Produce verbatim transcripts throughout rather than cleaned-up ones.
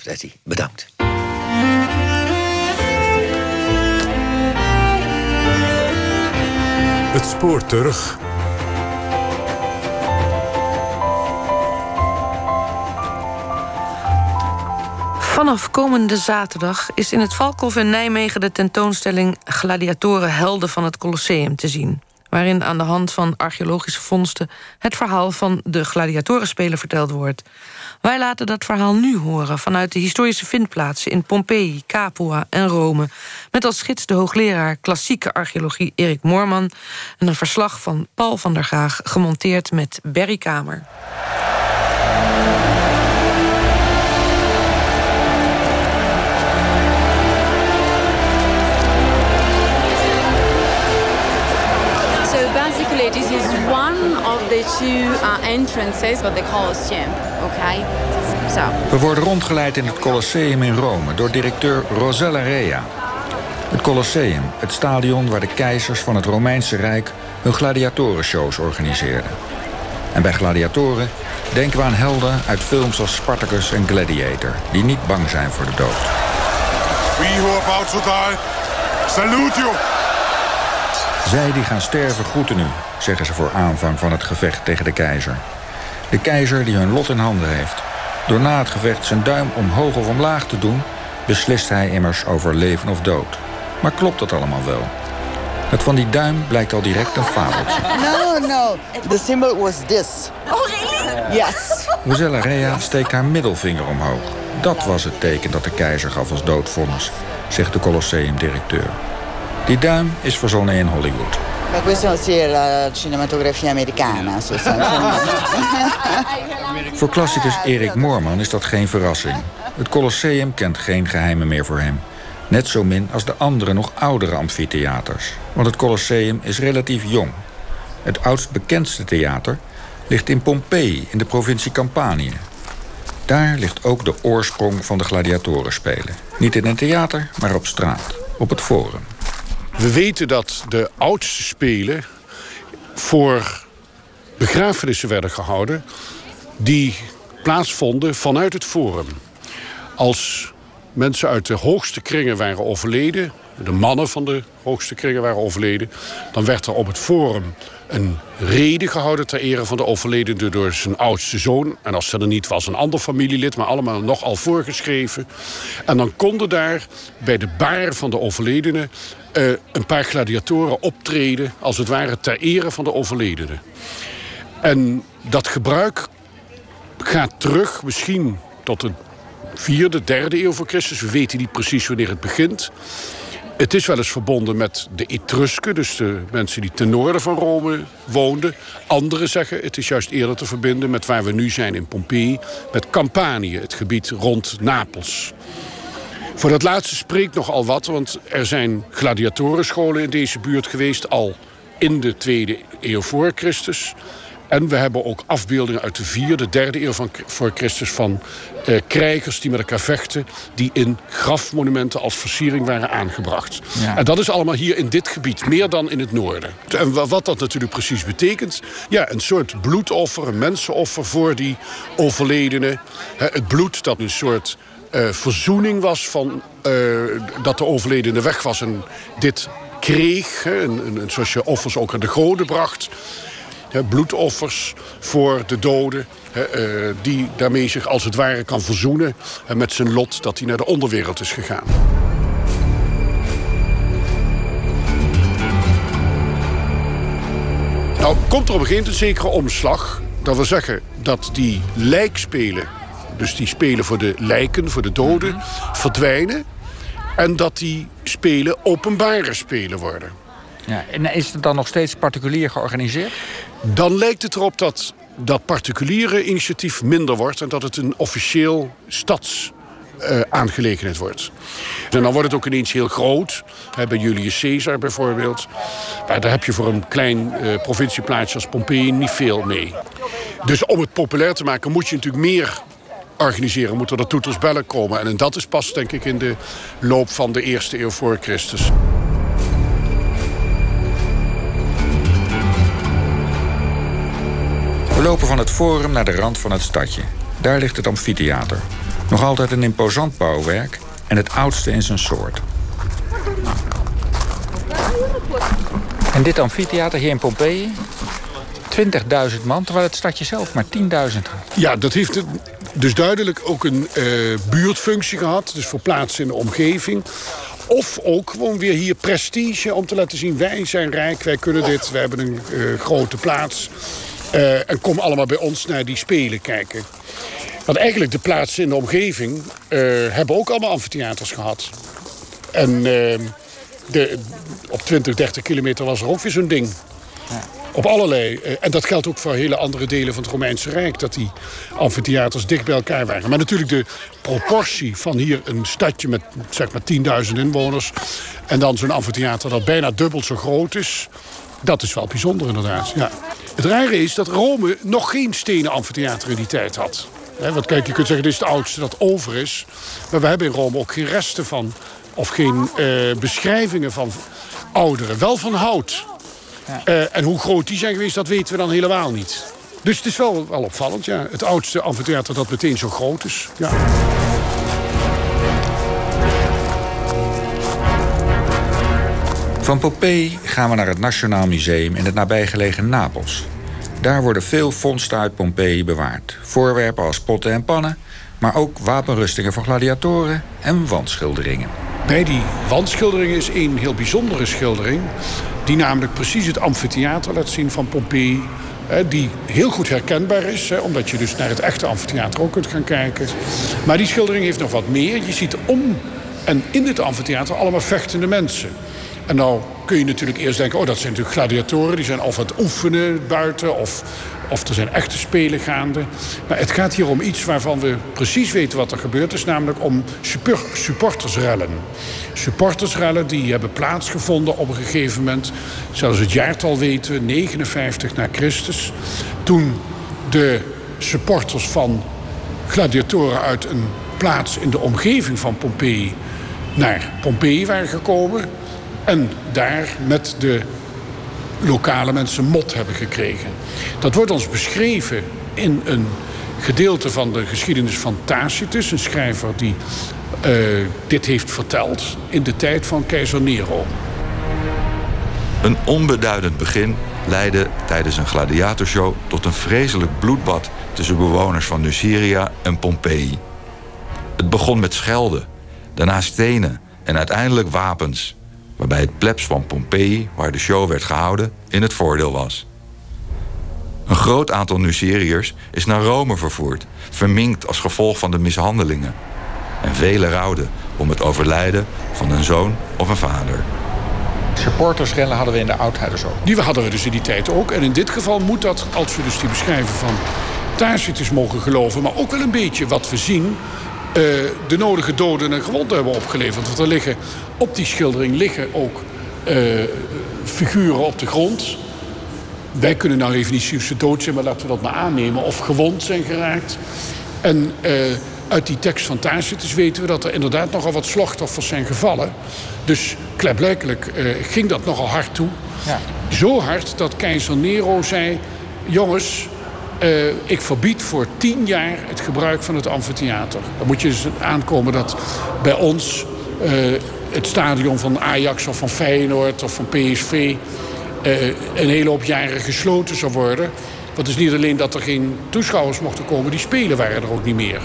zei hij. Bedankt. Het spoor terug. Vanaf komende zaterdag is in het Valkhof in Nijmegen de tentoonstelling Gladiatoren Helden van het Colosseum te zien, waarin aan de hand van archeologische vondsten het verhaal van de gladiatorenspelen verteld wordt. Wij laten dat verhaal nu horen vanuit de historische vindplaatsen in Pompeji, Capua en Rome, met als gids de hoogleraar klassieke archeologie Erik Moorman en een verslag van Paul van der Graag, gemonteerd met Berry Kamer. Basically, this is one of the two uh, entrances of the Colosseum. Okay, so. We worden rondgeleid in het Colosseum in Rome door directeur Rosella Rea. Het Colosseum, het stadion waar de keizers van het Romeinse Rijk hun gladiatorenshows organiseerden. En bij gladiatoren denken we aan helden uit films als Spartacus en Gladiator, die niet bang zijn voor de dood. We who are about to die, salute you! Zij die gaan sterven groeten u, zeggen ze voor aanvang van het gevecht tegen de keizer. De keizer die hun lot in handen heeft. Door na het gevecht zijn duim omhoog of omlaag te doen, beslist hij immers over leven of dood. Maar klopt dat allemaal wel? Het van die duim blijkt al direct een fabeltje. No, no. The symbol was this. Oh, really? Yes. Rosella Rea steekt haar middelvinger omhoog. Dat was het teken dat de keizer gaf als doodvonnis, zegt de Colosseum-directeur. Die duim is verzonnen in Hollywood. Ma questo sì è la cinematografia americana, sostanzialmente. Voor klassicus Erik Moorman is dat geen verrassing. Het Colosseum kent geen geheimen meer voor hem. Net zo min als de andere nog oudere amfitheaters. Want het Colosseum is relatief jong. Het oudst bekendste theater ligt in Pompeji in de provincie Campanië. Daar ligt ook de oorsprong van de gladiatorenspelen. Niet in een theater, maar op straat, op het Forum. We weten dat de oudste spelen voor begrafenissen werden gehouden die plaatsvonden vanuit het Forum. Als mensen uit de hoogste kringen waren overleden, de mannen van de hoogste kringen waren overleden, dan werd er op het Forum een rede gehouden ter ere van de overledene door zijn oudste zoon. En als dat er niet was, een ander familielid, maar allemaal nogal voorgeschreven. En dan konden daar bij de baar van de overledene uh, een paar gladiatoren optreden, als het ware ter ere van de overledene. En dat gebruik gaat terug misschien tot de vierde, derde eeuw voor Christus. We weten niet precies wanneer het begint. Het is wel eens verbonden met de Etrusken, dus de mensen die ten noorden van Rome woonden. Anderen zeggen het is juist eerder te verbinden met waar we nu zijn in Pompeji, met Campanië, het gebied rond Napels. Voor dat laatste spreekt nogal wat, want er zijn gladiatorenscholen in deze buurt geweest al in de tweede eeuw voor Christus. En we hebben ook afbeeldingen uit de vierde, derde eeuw van, voor Christus van eh, krijgers die met elkaar vechten, die in grafmonumenten als versiering waren aangebracht. Ja. En dat is allemaal hier in dit gebied, meer dan in het noorden. En wat dat natuurlijk precies betekent, ja, een soort bloedoffer, een mensenoffer voor die overledene. Het bloed dat een soort uh, verzoening was van uh, dat de overledene weg was en dit kreeg, hè, een, een, zoals je offers ook aan de goden bracht. He, bloedoffers voor de doden, he, uh, die daarmee zich als het ware kan verzoenen he, met zijn lot dat hij naar de onderwereld is gegaan. Nou, komt er op een gegeven moment een zekere omslag. Dat wil zeggen dat die lijkspelen, dus die spelen voor de lijken, voor de doden, mm-hmm. verdwijnen. En dat die spelen openbare spelen worden. Ja, en is het dan nog steeds particulier georganiseerd? Dan lijkt het erop dat dat particuliere initiatief minder wordt en dat het een officieel stadsaangelegenheid uh, wordt. En dan wordt het ook ineens heel groot. Hè, bij Julius Caesar bijvoorbeeld. Maar daar heb je voor een klein uh, provincieplaatsje als Pompeji niet veel mee. Dus om het populair te maken moet je natuurlijk meer organiseren. Moeten er toeters bellen komen. En dat is pas denk ik in de loop van de eerste eeuw voor Christus. We lopen van het Forum naar de rand van het stadje. Daar ligt het amfitheater. Nog altijd een imposant bouwwerk en het oudste in zijn soort. En dit amfitheater hier in Pompeji, twintigduizend man, terwijl het stadje zelf maar tienduizend had. Ja, dat heeft dus duidelijk ook een uh, buurtfunctie gehad. Dus voor plaatsen in de omgeving. Of ook gewoon weer hier prestige om te laten zien, wij zijn rijk, wij kunnen dit, wij hebben een uh, grote plaats. Uh, en kom allemaal bij ons naar die spelen kijken. Want eigenlijk de plaatsen in de omgeving uh, hebben ook allemaal amfitheaters gehad. En uh, de, op twintig, dertig kilometer was er ook weer zo'n ding. Ja. Op allerlei. Uh, en dat geldt ook voor hele andere delen van het Romeinse Rijk. Dat die amfitheaters dicht bij elkaar waren. Maar natuurlijk de proportie van hier een stadje met zeg maar tienduizend inwoners. En dan zo'n amfitheater dat bijna dubbel zo groot is. Dat is wel bijzonder inderdaad. Ja. Het rare is dat Rome nog geen stenen amfitheater in die tijd had. He, want kijk, je kunt zeggen, dit is het oudste dat over is. Maar we hebben in Rome ook geen resten van. Of geen uh, beschrijvingen van ouderen. Wel van hout. Ja. Uh, en hoe groot die zijn geweest, dat weten we dan helemaal niet. Dus het is wel, wel opvallend, ja. Het oudste amfitheater dat meteen zo groot is. Ja. Van Pompeji gaan we naar het Nationaal Museum in het nabijgelegen Napels. Daar worden veel vondsten uit Pompeji bewaard. Voorwerpen als potten en pannen, maar ook wapenrustingen voor gladiatoren en wandschilderingen. Bij die wandschilderingen is één heel bijzondere schildering, die namelijk precies het amfitheater laat zien van Pompeji. Die heel goed herkenbaar is, omdat je dus naar het echte amfitheater ook kunt gaan kijken. Maar die schildering heeft nog wat meer. Je ziet om en in het amfitheater allemaal vechtende mensen. En nou kun je natuurlijk eerst denken, oh, dat zijn natuurlijk gladiatoren. Die zijn of aan het oefenen buiten, of, of er zijn echte spelen gaande. Maar het gaat hier om iets waarvan we precies weten wat er gebeurd is. Namelijk om super, supportersrellen. Supportersrellen die hebben plaatsgevonden op een gegeven moment. Zelfs het jaartal weten we, negenenvijftig na Christus. Toen de supporters van gladiatoren uit een plaats in de omgeving van Pompeji naar Pompeji waren gekomen. En daar met de lokale mensen mot hebben gekregen. Dat wordt ons beschreven in een gedeelte van de geschiedenis van Tacitus. Een schrijver die uh, dit heeft verteld in de tijd van keizer Nero. Een onbeduidend begin leidde tijdens een gladiatorshow tot een vreselijk bloedbad tussen bewoners van Nuceria en Pompeji. Het begon met schelden, daarna stenen en uiteindelijk wapens, waarbij het plebs van Pompeji, waar de show werd gehouden, in het voordeel was. Een groot aantal Nuceriërs is naar Rome vervoerd, verminkt als gevolg van de mishandelingen. En velen rouwden om het overlijden van een zoon of een vader. Supportersrellen hadden we in de oudheid dus ook. Die hadden we dus in die tijd ook. En in dit geval moet dat, als we dus die beschrijving van Tacitus mogen geloven, maar ook wel een beetje wat we zien, Uh, de nodige doden en gewonden hebben opgeleverd. Want er liggen, op die schildering liggen ook uh, figuren op de grond. Wij kunnen nou even niet zien of ze dood zijn, maar laten we dat maar aannemen. Of gewond zijn geraakt. En uh, uit die tekst van Tacitus weten we dat er inderdaad nogal wat slachtoffers zijn gevallen. Dus klaarblijkelijk uh, ging dat nogal hard toe. Ja. Zo hard dat keizer Nero zei, jongens, Uh, ik verbied voor tien jaar het gebruik van het amfitheater. Dan moet je dus aankomen dat bij ons uh, het stadion van Ajax of van Feyenoord of van P S V uh, een hele hoop jaren gesloten zou worden. Want het is niet alleen dat er geen toeschouwers mochten komen, die spelen waren er ook niet meer.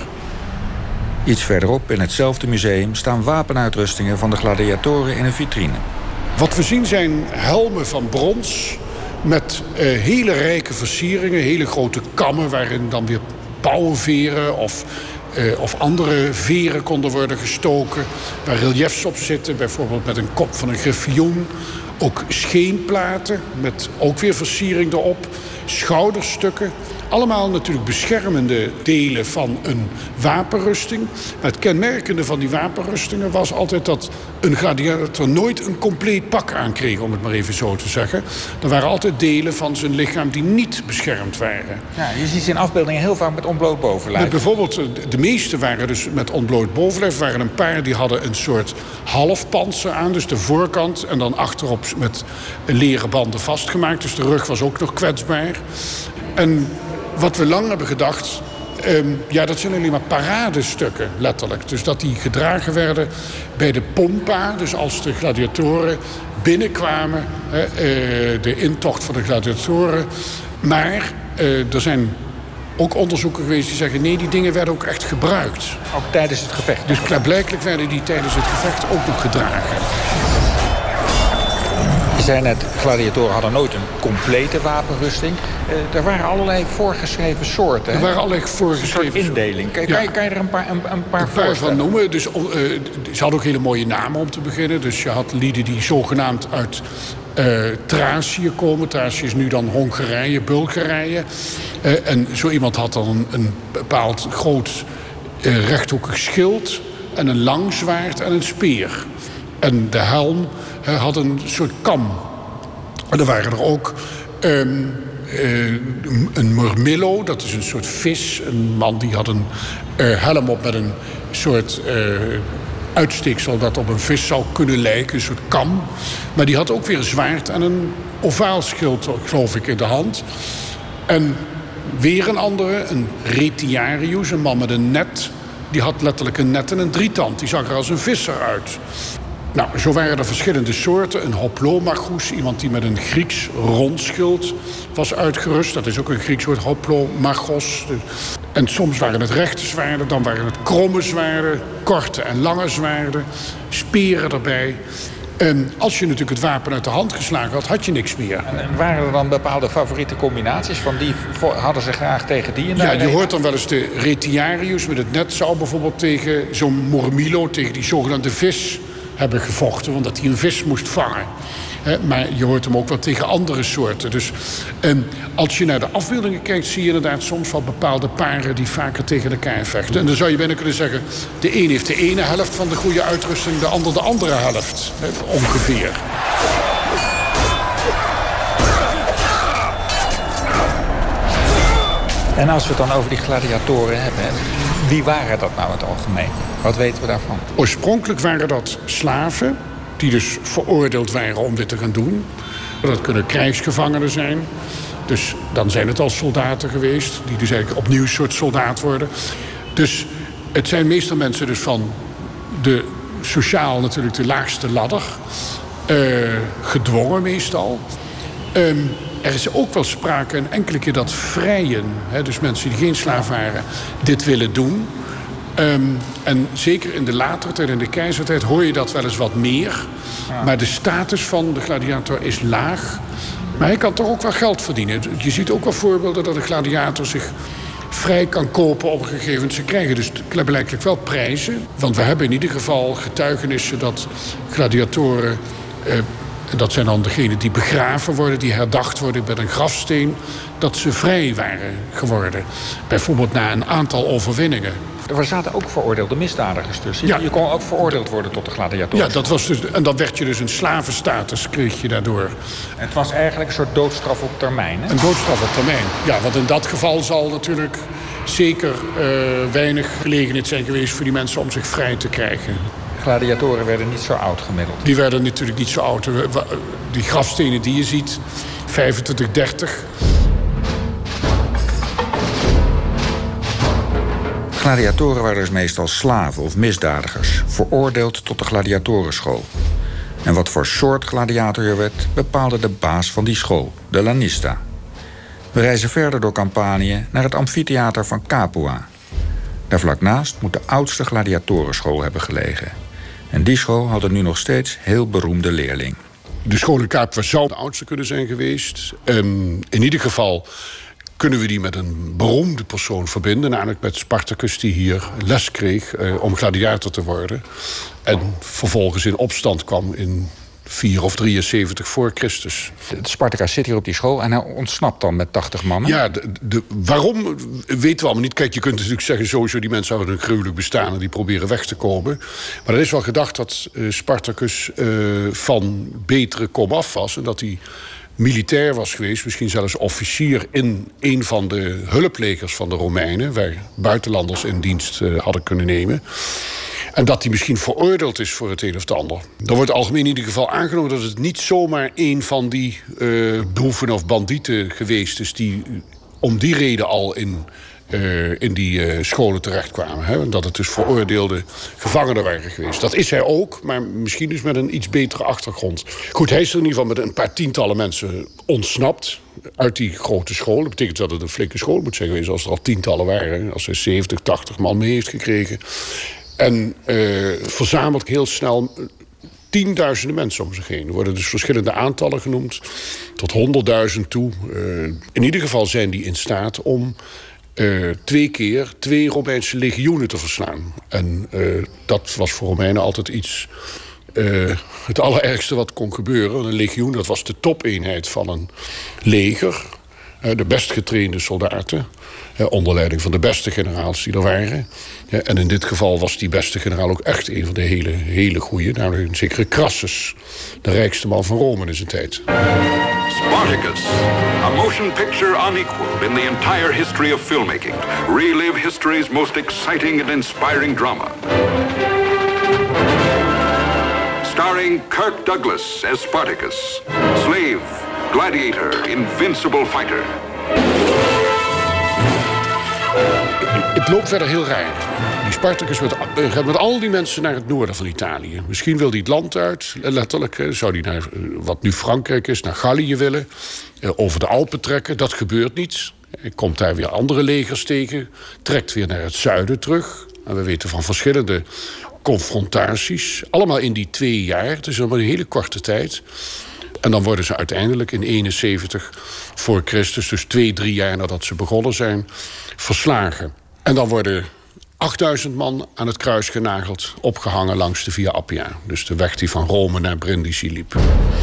Iets verderop in hetzelfde museum staan wapenuitrustingen van de gladiatoren in een vitrine. Wat we zien zijn helmen van brons met uh, hele rijke versieringen, hele grote kammen waarin dan weer pauwenveren of, uh, of andere veren konden worden gestoken. Waar reliefs op zitten, bijvoorbeeld met een kop van een griffioen. Ook scheenplaten met ook weer versiering erop. Schouderstukken. Allemaal natuurlijk beschermende delen van een wapenrusting. Maar het kenmerkende van die wapenrustingen was altijd dat een gladiator nooit een compleet pak aankreeg, om het maar even zo te zeggen. Er waren altijd delen van zijn lichaam die niet beschermd waren. Ja, je ziet in afbeeldingen heel vaak met ontbloot bovenlijf. Met bijvoorbeeld, de meeste waren dus met ontbloot bovenlijf. Er waren een paar die hadden een soort halfpanzer aan, dus de voorkant. En dan achterop met leren banden vastgemaakt. Dus de rug was ook nog kwetsbaar. En wat we lang hebben gedacht, Um, ja, dat zijn alleen maar paradestukken, letterlijk. Dus dat die gedragen werden bij de pompa. Dus als de gladiatoren binnenkwamen, hè, uh, de intocht van de gladiatoren. Maar uh, er zijn ook onderzoeken geweest die zeggen... nee, die dingen werden ook echt gebruikt. Ook tijdens het gevecht? Dus klaarblijkelijk werden die tijdens het gevecht ook nog gedragen. Je zei net, gladiatoren hadden nooit een complete wapenrusting. Uh, er waren allerlei voorgeschreven soorten. Er waren allerlei voorgeschreven een soort indeling. Kan, ja. kan, je, kan je er een paar, een, een paar, een paar van noemen? Dus, uh, ze hadden ook hele mooie namen om te beginnen. Dus je had lieden die zogenaamd uit uh, Thracië komen. Thracië is nu dan Hongarije, Bulgarije. Uh, en zo iemand had dan een, een bepaald groot uh, rechthoekig schild... en een lang zwaard en een speer. En de helm uh, had een soort kam. En er waren er ook um, uh, een murmillo, dat is een soort vis. Een man die had een uh, helm op met een soort uh, uitsteeksel... dat op een vis zou kunnen lijken, een soort kam. Maar die had ook weer een zwaard en een ovaal schild, geloof ik, in de hand. En weer een andere, een retiarius, een man met een net... die had letterlijk een net en een drietand. Die zag er als een visser uit. Nou, zo waren er verschillende soorten. Een hoplomachus, iemand die met een Grieks rondschild was uitgerust. Dat is ook een Grieks woord, hoplomachos. En soms waren het rechte zwaarden, dan waren het kromme zwaarden... korte en lange zwaarden, speren erbij. En als je natuurlijk het wapen uit de hand geslagen had, had je niks meer. En waren er dan bepaalde favoriete combinaties? Van die hadden ze graag tegen die? En ja, je hoort dan wel eens de retiarius met het net... zou bijvoorbeeld tegen zo'n mormillo, tegen die zogenaamde vis... hebben gevochten, omdat hij een vis moest vangen. He, maar je hoort hem ook wel tegen andere soorten. Dus eh, als je naar de afbeeldingen kijkt... zie je inderdaad soms wel bepaalde paren die vaker tegen elkaar vechten. En dan zou je bijna kunnen zeggen... de een heeft de ene helft van de goede uitrusting... de ander de andere helft, he, ongeveer. En als we het dan over die gladiatoren hebben... wie waren dat nou in het algemeen? Wat weten we daarvan? Oorspronkelijk waren dat slaven... die dus veroordeeld waren om dit te gaan doen. Dat kunnen krijgsgevangenen zijn. Dus dan zijn het al soldaten geweest... die dus eigenlijk opnieuw een soort soldaat worden. Dus het zijn meestal mensen dus van de sociaal natuurlijk de laagste ladder. Uh, gedwongen meestal. Um, er is ook wel sprake een enkele keer dat vrijen... Hè, dus mensen die geen slaaf waren, dit willen doen... Um, en zeker in de latere tijd, in de keizertijd, hoor je dat wel eens wat meer. Ja. Maar de status van de gladiator is laag. Maar hij kan toch ook wel geld verdienen. Je ziet ook wel voorbeelden dat de gladiator zich vrij kan kopen op een gegeven moment. Ze krijgen dus blijkbaar wel prijzen. Want we hebben in ieder geval getuigenissen dat gladiatoren... Uh, en dat zijn dan degenen die begraven worden, die herdacht worden met een grafsteen... dat ze vrij waren geworden. Bijvoorbeeld na een aantal overwinningen. Er zaten ook veroordeelde misdadigers tussen. Ja. Je kon ook veroordeeld worden tot de gladiatoren. Ja, dat was dus, en dan werd je dus een slavenstatus, kreeg je daardoor. Het was eigenlijk een soort doodstraf op termijn, hè? Een doodstraf op termijn, ja. Want in dat geval zal natuurlijk zeker uh, weinig gelegenheid zijn geweest... voor die mensen om zich vrij te krijgen. Gladiatoren werden niet zo oud gemiddeld. Die werden natuurlijk niet zo oud. Die grafstenen die je ziet, vijfentwintig, dertig... Gladiatoren waren dus meestal slaven of misdadigers... veroordeeld tot de gladiatorenschool. En wat voor soort gladiator je werd... bepaalde de baas van die school, de lanista. We reizen verder door Campanië naar het amfitheater van Capua. Daar vlak naast moet de oudste gladiatorenschool hebben gelegen. En die school had er nu nog steeds heel beroemde leerling. De school in Capua zou de oudste kunnen zijn geweest. Um, in ieder geval kunnen we die met een beroemde persoon verbinden. Namelijk met Spartacus, die hier les kreeg uh, om gladiator te worden. En vervolgens in opstand kwam in vier of drieënzeventig voor Christus. De Spartacus zit hier op die school en hij ontsnapt dan met tachtig mannen? Ja, de, de, waarom weten we allemaal niet. Kijk, je kunt natuurlijk zeggen, sowieso die mensen houden een gruwelijk bestaan en die proberen weg te komen. Maar er is wel gedacht dat uh, Spartacus uh, van betere komaf was en dat hij militair was geweest, misschien zelfs officier in een van de hulplegers van de Romeinen, waar buitenlanders in dienst uh, hadden kunnen nemen. En dat hij misschien veroordeeld is voor het een of het ander. Er wordt algemeen in ieder geval aangenomen dat het niet zomaar een van die uh, boeven of bandieten geweest is die om die reden al in uh, in die uh, scholen terechtkwamen. Hè? Dat het dus veroordeelde gevangenen waren geweest. Dat is hij ook, maar misschien dus met een iets betere achtergrond. Goed, hij is er in ieder geval met een paar tientallen mensen ontsnapt uit die grote school. Dat betekent dat het een flinke school moet zijn geweest als er al tientallen waren. Als hij zeventig, tachtig man mee heeft gekregen. En uh, verzamelt heel snel tienduizenden mensen om zich heen. Er worden dus verschillende aantallen genoemd, tot honderdduizend toe. Uh, in ieder geval zijn die in staat om uh, twee keer twee Romeinse legioenen te verslaan. En uh, dat was voor Romeinen altijd iets, uh, het allerergste wat kon gebeuren. Een legioen, dat was de topeenheid van een leger. Uh, de best getrainde soldaten. Uh, onder leiding van de beste generaals die er waren. Uh, en in dit geval was die beste generaal ook echt een van de hele, hele goeie. Namelijk een zekere Crassus. De rijkste man van Rome in zijn tijd. Spartacus. A motion picture unequaled in the entire history of filmmaking. Relive history's most exciting and inspiring drama. Starring Kirk Douglas as Spartacus. Slave, gladiator, invincible fighter. Het loopt verder heel raar. Die Spartacus gaat met al die mensen naar het noorden van Italië. Misschien wil hij het land uit, letterlijk. Zou hij naar wat nu Frankrijk is, naar Gallië willen. Over de Alpen trekken, dat gebeurt niet. Hij komt daar weer andere legers tegen. Trekt weer naar het zuiden terug. En we weten van verschillende confrontaties. Allemaal in die twee jaar. Het is allemaal een hele korte tijd. En dan worden ze uiteindelijk in eenenzeventig voor Christus... dus twee, drie jaar nadat ze begonnen zijn, verslagen. En dan worden achtduizend man aan het kruis genageld, opgehangen langs de Via Appia. Dus de weg die van Rome naar Brindisi liep.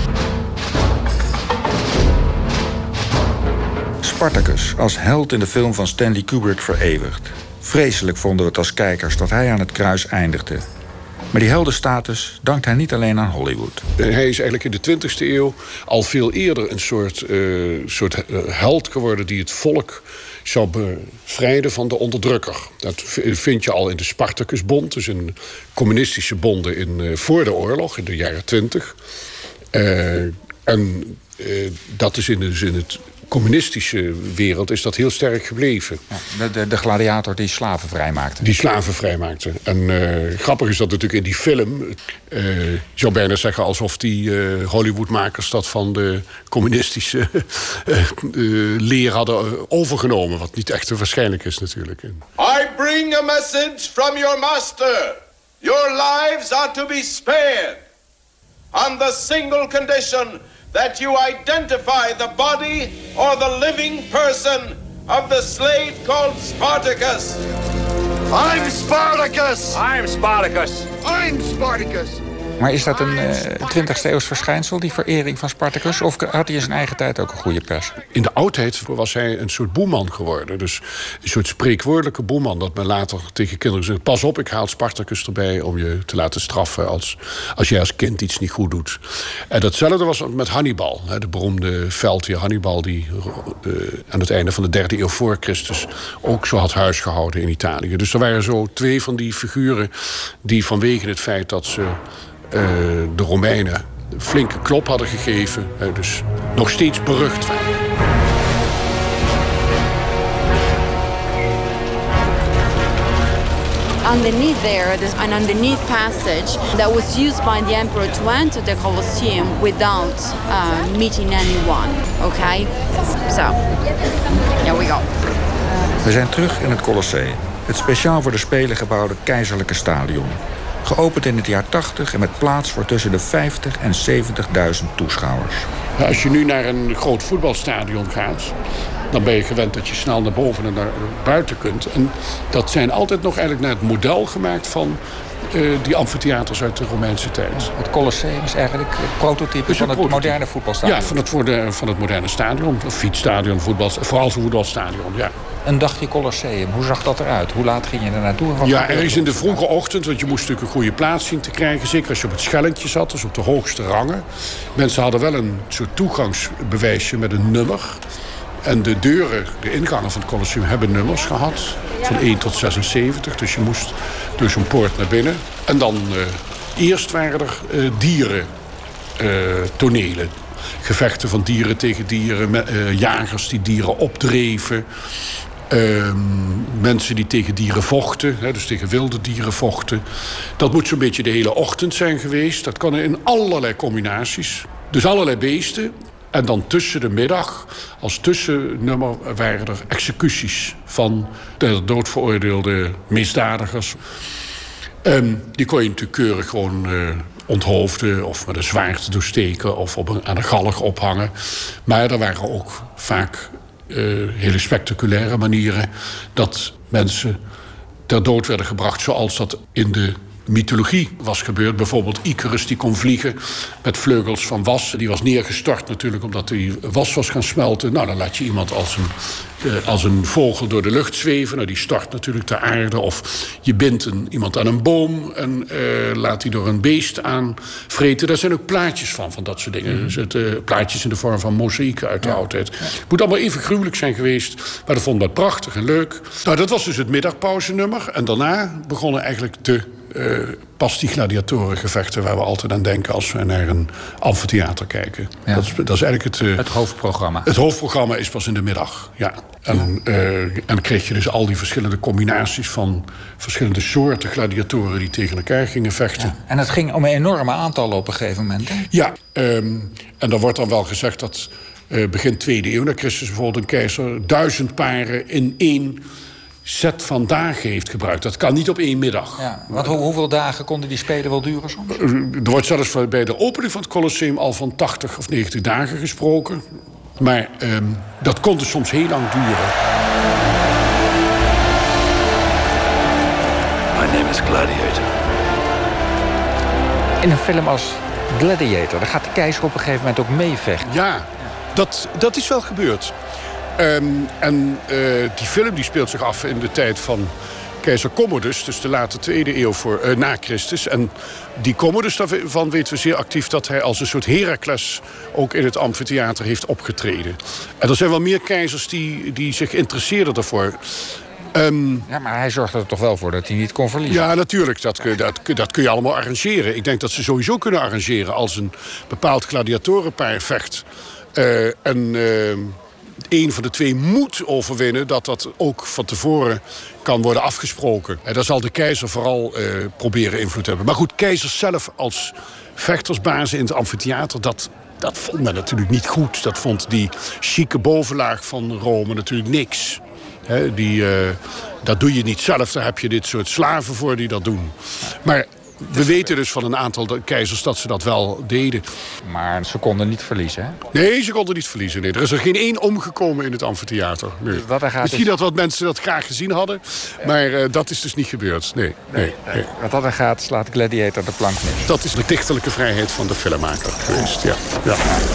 Spartacus als held in de film van Stanley Kubrick vereeuwigd. Vreselijk vonden we het als kijkers dat hij aan het kruis eindigde. Maar die heldenstatus dankt hij niet alleen aan Hollywood. Hij is eigenlijk in de twintigste eeuw al veel eerder een soort, uh, soort held geworden die het volk zou bevrijden van de onderdrukker. Dat vind je al in de Spartacusbond, dus in communistische bonden in, uh, voor de oorlog, in de jaren twintig. Uh, en uh, dat is in, dus in het communistische wereld is dat heel sterk gebleven. Ja, de, de, de gladiator die slaven vrijmaakte. Die slaven vrijmaakte. En uh, grappig is dat natuurlijk in die film, Uh, je zou bijna zeggen alsof die uh, Hollywoodmakers dat van de communistische uh, uh, leer hadden overgenomen. Wat niet echt te waarschijnlijk is natuurlijk. I bring a message from your master. Your lives are to be spared. On the single condition that you identify the body or the living person of the slave called Spartacus. I'm Spartacus! I'm Spartacus. I'm Spartacus! Maar is dat een uh, twintigste eeuws verschijnsel, die verering van Spartacus? Of had hij in zijn eigen tijd ook een goede pers? In de oudheid was hij een soort boeman geworden. Dus een soort spreekwoordelijke boeman. Dat men later tegen kinderen zegt: pas op, ik haal Spartacus erbij om je te laten straffen als, als jij als kind iets niet goed doet. En datzelfde was met Hannibal. De beroemde veldheer Hannibal, die uh, aan het einde van de derde eeuw voor Christus ook zo had huisgehouden in Italië. Dus er waren zo twee van die figuren die vanwege het feit dat ze Uh, de Romeinen een flinke klop hadden gegeven, uh, dus nog steeds berucht waren. Underneath there, there's an underneath passage that was used by the emperor to enter the Colosseum without uh, meeting anyone. Okay? So, here we go. We zijn terug in het Colosseum, het speciaal voor de Spelen gebouwde keizerlijke stadion. Geopend in het jaar tachtig en met plaats voor tussen de vijftig en zeventigduizend toeschouwers. Als je nu naar een groot voetbalstadion gaat, dan ben je gewend dat je snel naar boven en naar buiten kunt. En dat zijn altijd nog eigenlijk naar het model gemaakt van uh, die amfitheaters uit de Romeinse tijd. Het Colosseum is eigenlijk het prototype dus van het prototype. moderne voetbalstadion. Ja, van het, de, van het moderne stadion. Fietsstadion, voetbal, vooral zo'n voetbalstadion, ja. Een dagje Colosseum, hoe zag dat eruit? Hoe laat ging je er naartoe? Wat ja, ergens in de vroege ochtend, want je moest natuurlijk een goede plaats zien te krijgen. Zeker als je op het schellentje zat, dus op de hoogste rangen. Mensen hadden wel een soort toegangsbewijsje met een nummer. En de deuren, de ingangen van het Colosseum hebben nummers gehad. Van één tot zesenzeventig, dus je moest door zo'n poort naar binnen. En dan uh, eerst waren er uh, dieren uh, tonelen. Gevechten van dieren tegen dieren, met, uh, jagers die dieren opdreven. Uh, mensen die tegen dieren vochten, hè, dus tegen wilde dieren vochten. Dat moet zo'n beetje de hele ochtend zijn geweest. Dat kan in allerlei combinaties. Dus allerlei beesten. En dan tussen de middag, als tussennummer, waren er executies van de dood veroordeelde misdadigers. Um, die kon je natuurlijk keurig gewoon uh, onthoofden of met een zwaard doorsteken of op een, aan een galg ophangen. Maar er waren ook vaak uh, hele spectaculaire manieren dat mensen ter dood werden gebracht, zoals dat in de mythologie was gebeurd. Bijvoorbeeld Icarus, die kon vliegen met vleugels van was. Die was neergestort natuurlijk omdat die was was gaan smelten. Nou, dan laat je iemand als een, eh, als een vogel door de lucht zweven. Nou, die stort natuurlijk ter aarde. Of je bindt een, iemand aan een boom en eh, laat die door een beest aanvreten. Daar zijn ook plaatjes van, van dat soort dingen. Mm. Dus het, uh, plaatjes in de vorm van mozaïeken uit de ja. oudheid. Ja. Het moet allemaal even gruwelijk zijn geweest. Maar dat vond ik prachtig en leuk. Nou, dat was dus het middagpauzenummer. En daarna begonnen eigenlijk de Uh, pas die gladiatorengevechten waar we altijd aan denken als we naar een amfitheater kijken. Ja. Dat, is, dat is eigenlijk het, uh, het hoofdprogramma. Het hoofdprogramma is pas in de middag. Ja. En, ja. Uh, en dan kreeg je dus al die verschillende combinaties van verschillende soorten gladiatoren die tegen elkaar gingen vechten. Ja. En het ging om een enorme aantallen op een gegeven moment. Hè? Ja, um, en dan wordt dan wel gezegd dat uh, begin tweede eeuw na Christus bijvoorbeeld een keizer duizend paren in één set van dagen heeft gebruikt. Dat kan niet op één middag. Ja, want hoe, hoeveel dagen konden die spelen wel duren soms? Er wordt zelfs bij de opening van het Colosseum al van tachtig of negentig dagen gesproken. Maar um, dat kon dus soms heel lang duren. My name is Gladiator. In een film als Gladiator, daar gaat de keizer op een gegeven moment ook meevechten. Ja, dat, dat is wel gebeurd. Um, en uh, die film die speelt zich af in de tijd van keizer Commodus, dus de late tweede eeuw voor, uh, na Christus. En die Commodus, daarvan weten we zeer actief dat hij als een soort Heracles ook in het amfitheater heeft opgetreden. En er zijn wel meer keizers die, die zich interesseerden daarvoor. Um, ja, maar hij zorgde er toch wel voor dat hij niet kon verliezen? Ja, natuurlijk. Dat, dat, dat kun je allemaal arrangeren. Ik denk dat ze sowieso kunnen arrangeren als een bepaald gladiatorenpaar vecht. Uh, en uh, een van de twee moet overwinnen, dat dat ook van tevoren kan worden afgesproken. En daar zal de keizer vooral uh, proberen invloed te hebben. Maar goed, keizers zelf als vechtersbazen in het amfitheater, dat, dat vond men natuurlijk niet goed. Dat vond die chique bovenlaag van Rome natuurlijk niks. He, die, uh, dat doe je niet zelf, daar heb je dit soort slaven voor die dat doen. Maar we weten dus van een aantal keizers dat ze dat wel deden. Maar ze konden niet verliezen, hè? Nee, ze konden niet verliezen. Nee. Er is er geen één omgekomen in het amfitheater. Nee. Dus wat er gaat Misschien is... dat wat mensen dat graag gezien hadden. Ja. Maar uh, dat is dus niet gebeurd. Nee, nee, nee, nee. Wat dat er gaat, slaat Gladiator de plank mis. Dat is de dichterlijke vrijheid van de filmmaker geweest, ja. ja.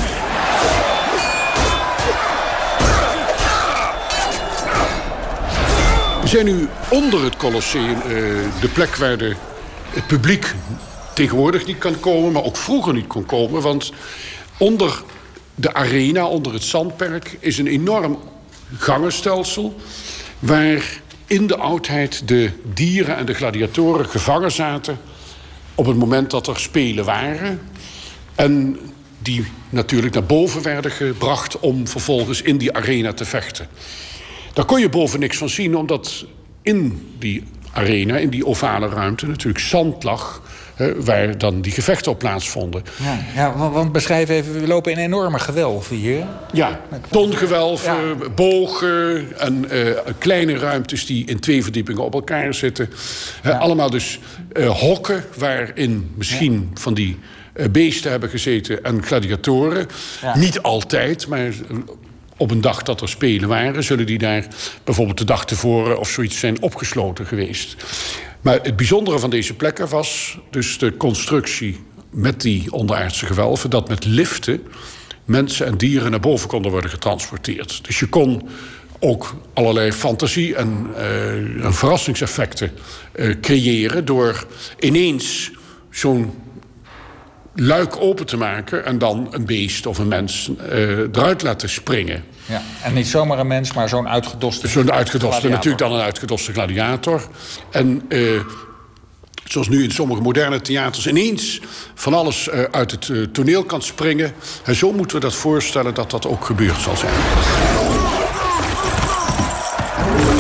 We zijn nu onder het Colosseum, uh, de plek waar de, het publiek tegenwoordig niet kan komen, maar ook vroeger niet kon komen. Want onder de arena, onder het Zandperk, is een enorm gangenstelsel waar in de oudheid de dieren en de gladiatoren gevangen zaten op het moment dat er spelen waren. En die natuurlijk naar boven werden gebracht om vervolgens in die arena te vechten. Daar kon je boven niks van zien, omdat in die arena, in die ovale ruimte, natuurlijk zand lag, hè, waar dan die gevechten op plaatsvonden. Ja, ja, want, want beschrijf even, we lopen in enorme gewelven hier. Ja, tongewelven, ja. bogen en uh, kleine ruimtes die in twee verdiepingen op elkaar zitten. Ja. Uh, allemaal dus uh, hokken waarin misschien ja. van die uh, beesten hebben gezeten en gladiatoren. Ja. Niet altijd, maar op een dag dat er spelen waren, zullen die daar bijvoorbeeld de dag tevoren of zoiets zijn opgesloten geweest. Maar het bijzondere van deze plekken was dus de constructie met die onderaardse gewelven, dat met liften mensen en dieren naar boven konden worden getransporteerd. Dus je kon ook allerlei fantasie en, uh, en verrassingseffecten uh, creëren door ineens zo'n luik open te maken en dan een beest of een mens uh, eruit laten springen. Ja, en niet zomaar een mens, maar zo'n uitgedoste Zo'n uitgedoste, natuurlijk dan een uitgedoste gladiator. En uh, zoals nu in sommige moderne theaters ineens van alles uh, uit het uh, toneel kan springen. En zo moeten we dat voorstellen dat dat ook gebeurd zal zijn.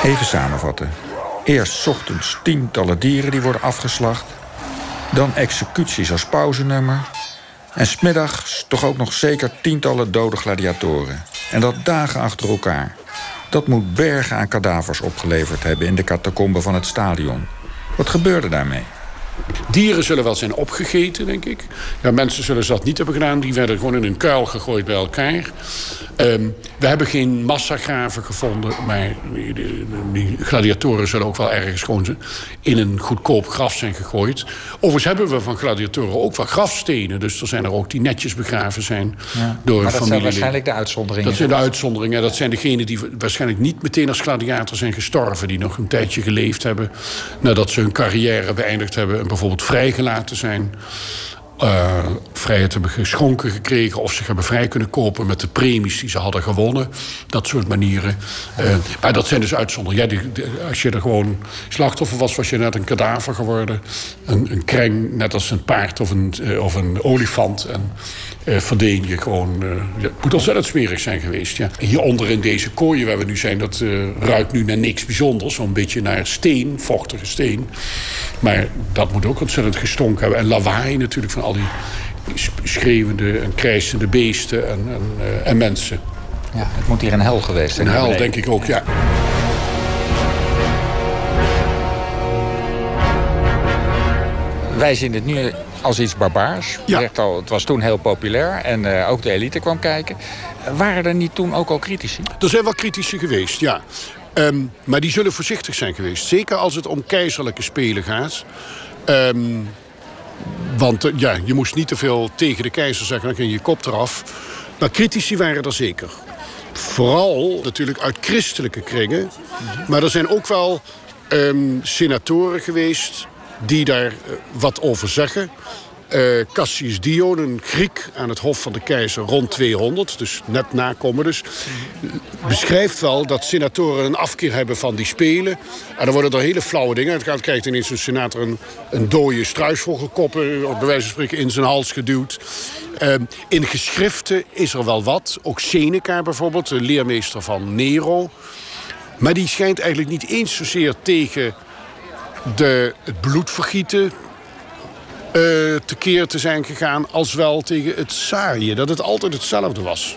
Even samenvatten. Eerst 's ochtends tientallen dieren die worden afgeslacht. Dan executies als pauzenummer. En 's middags toch ook nog zeker tientallen dode gladiatoren. En dat dagen achter elkaar. Dat moet bergen aan kadavers opgeleverd hebben in de catacomben van het stadion. Wat gebeurde daarmee? Dieren zullen wel zijn opgegeten, denk ik. Ja, mensen zullen dat niet hebben gedaan. Die werden gewoon in een kuil gegooid bij elkaar. Um, we hebben geen massagraven gevonden. Maar die, die gladiatoren zullen ook wel ergens gewoon in een goedkoop graf zijn gegooid. Overigens hebben we van gladiatoren ook wel grafstenen. Dus er zijn er ook die netjes begraven zijn ja, door maar dat familie. zijn waarschijnlijk de uitzonderingen. Dat zijn de uitzonderingen. Dat zijn degenen die waarschijnlijk niet meteen als gladiator zijn gestorven. Die nog een tijdje geleefd hebben nadat ze hun carrière beëindigd hebben. En bijvoorbeeld vrijgelaten zijn. Uh, vrijheid hebben geschonken gekregen of zich hebben vrij kunnen kopen met de premies die ze hadden gewonnen. Dat soort manieren. Uh, maar dat zijn dus uitzonderingen. Ja, die, die, als je er gewoon slachtoffer was, was je net een kadaver geworden. Een, een kreng, net als een paard of een, uh, of een olifant. En uh, verdeen je gewoon. Uh, ja, het moet ontzettend smerig zijn geweest. Ja. Hieronder in deze kooien waar we nu zijn, dat uh, ruikt nu naar niks bijzonders. Zo'n beetje naar steen, vochtige steen. Maar dat moet ook ontzettend gestonken hebben. En lawaai natuurlijk van al die schreeuwende en krijsende beesten en, en, uh, en mensen. Ja, het moet hier een hel geweest zijn. Een hel, denk ik ook, ja. Wij zien het nu als iets barbaars. Ja. Je zegt al, het was toen heel populair en uh, ook de elite kwam kijken. Waren er niet toen ook al critici? Er zijn wel critici geweest, ja. Um, maar die zullen voorzichtig zijn geweest. Zeker als het om keizerlijke spelen gaat. Um, want uh, ja, je moest niet te veel tegen de keizer zeggen, dan ging je kop eraf. Maar critici waren er zeker. Vooral natuurlijk uit christelijke kringen. Mm-hmm. Maar er zijn ook wel um, senatoren geweest die daar uh, wat over zeggen. Uh, Cassius Dion, een Griek aan het hof van de keizer rond tweehonderd, dus net nakomen dus, beschrijft wel dat senatoren een afkeer hebben van die spelen. En dan worden er hele flauwe dingen. Het krijgt ineens een senator een, een dode struisvogelkop, uh, op bij wijze van spreken, in zijn hals geduwd. Uh, in geschriften is er wel wat. Ook Seneca bijvoorbeeld, de leermeester van Nero. Maar die schijnt eigenlijk niet eens zozeer tegen de, het bloedvergieten Uh, tekeer te zijn gegaan als wel tegen het saaien. Dat het altijd hetzelfde was.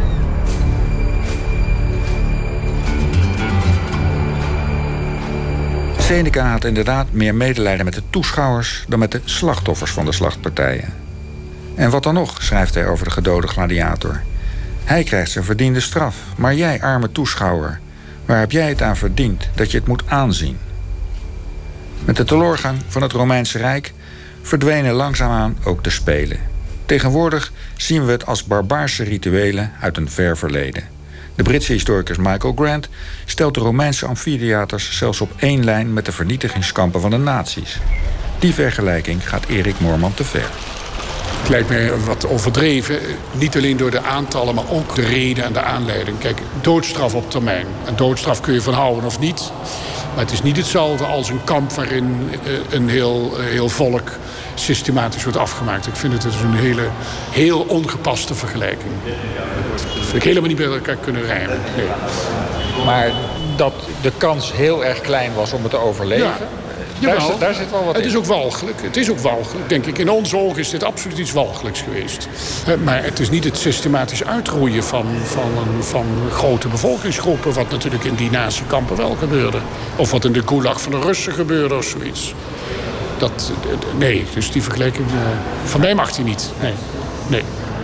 Seneca had inderdaad meer medelijden met de toeschouwers dan met de slachtoffers van de slachtpartijen. En wat dan nog, schrijft hij over de gedode gladiator. Hij krijgt zijn verdiende straf, maar jij, arme toeschouwer, waar heb jij het aan verdiend dat je het moet aanzien? Met de teloorgang van het Romeinse Rijk verdwenen langzaamaan ook de spelen. Tegenwoordig zien we het als barbaarse rituelen uit een ver verleden. De Britse historicus Michael Grant stelt de Romeinse amfitheaters zelfs op één lijn met de vernietigingskampen van de nazi's. Die vergelijking gaat Erik Moorman te ver. Het lijkt mij wat overdreven, niet alleen door de aantallen, maar ook de reden en de aanleiding. Kijk, doodstraf op termijn. En doodstraf kun je van houden of niet. Maar het is niet hetzelfde als een kamp waarin een heel, heel volk systematisch wordt afgemaakt. Ik vind het dus een hele, heel ongepaste vergelijking. Dat vind ik helemaal niet bij elkaar kunnen rijmen. Nee. Maar dat de kans heel erg klein was om het te overleven, ja, daar, zit, daar zit wel wat het in. is ook walgelijk. Het is ook walgelijk, denk ik. In onze ogen is dit absoluut iets walgelijks geweest. Maar het is niet het systematisch uitroeien van, van, van grote bevolkingsgroepen, wat natuurlijk in die nazi-kampen wel gebeurde. Of wat in de gulag van de Russen gebeurde of zoiets. Dat, nee, dus die vergelijking, uh, van mij mag die niet. Nee, nee.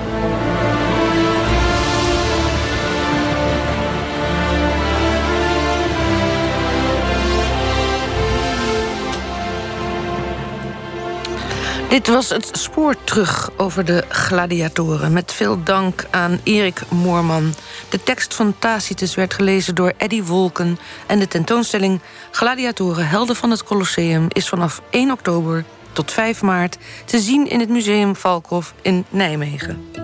Dit was het spoor terug over de gladiatoren. Met veel dank aan Erik Moorman. De tekst van Tacitus werd gelezen door Eddy Wolken. En de tentoonstelling Gladiatoren, helden van het Colosseum is vanaf één oktober tot vijf maart te zien in het Museum Valkhof in Nijmegen.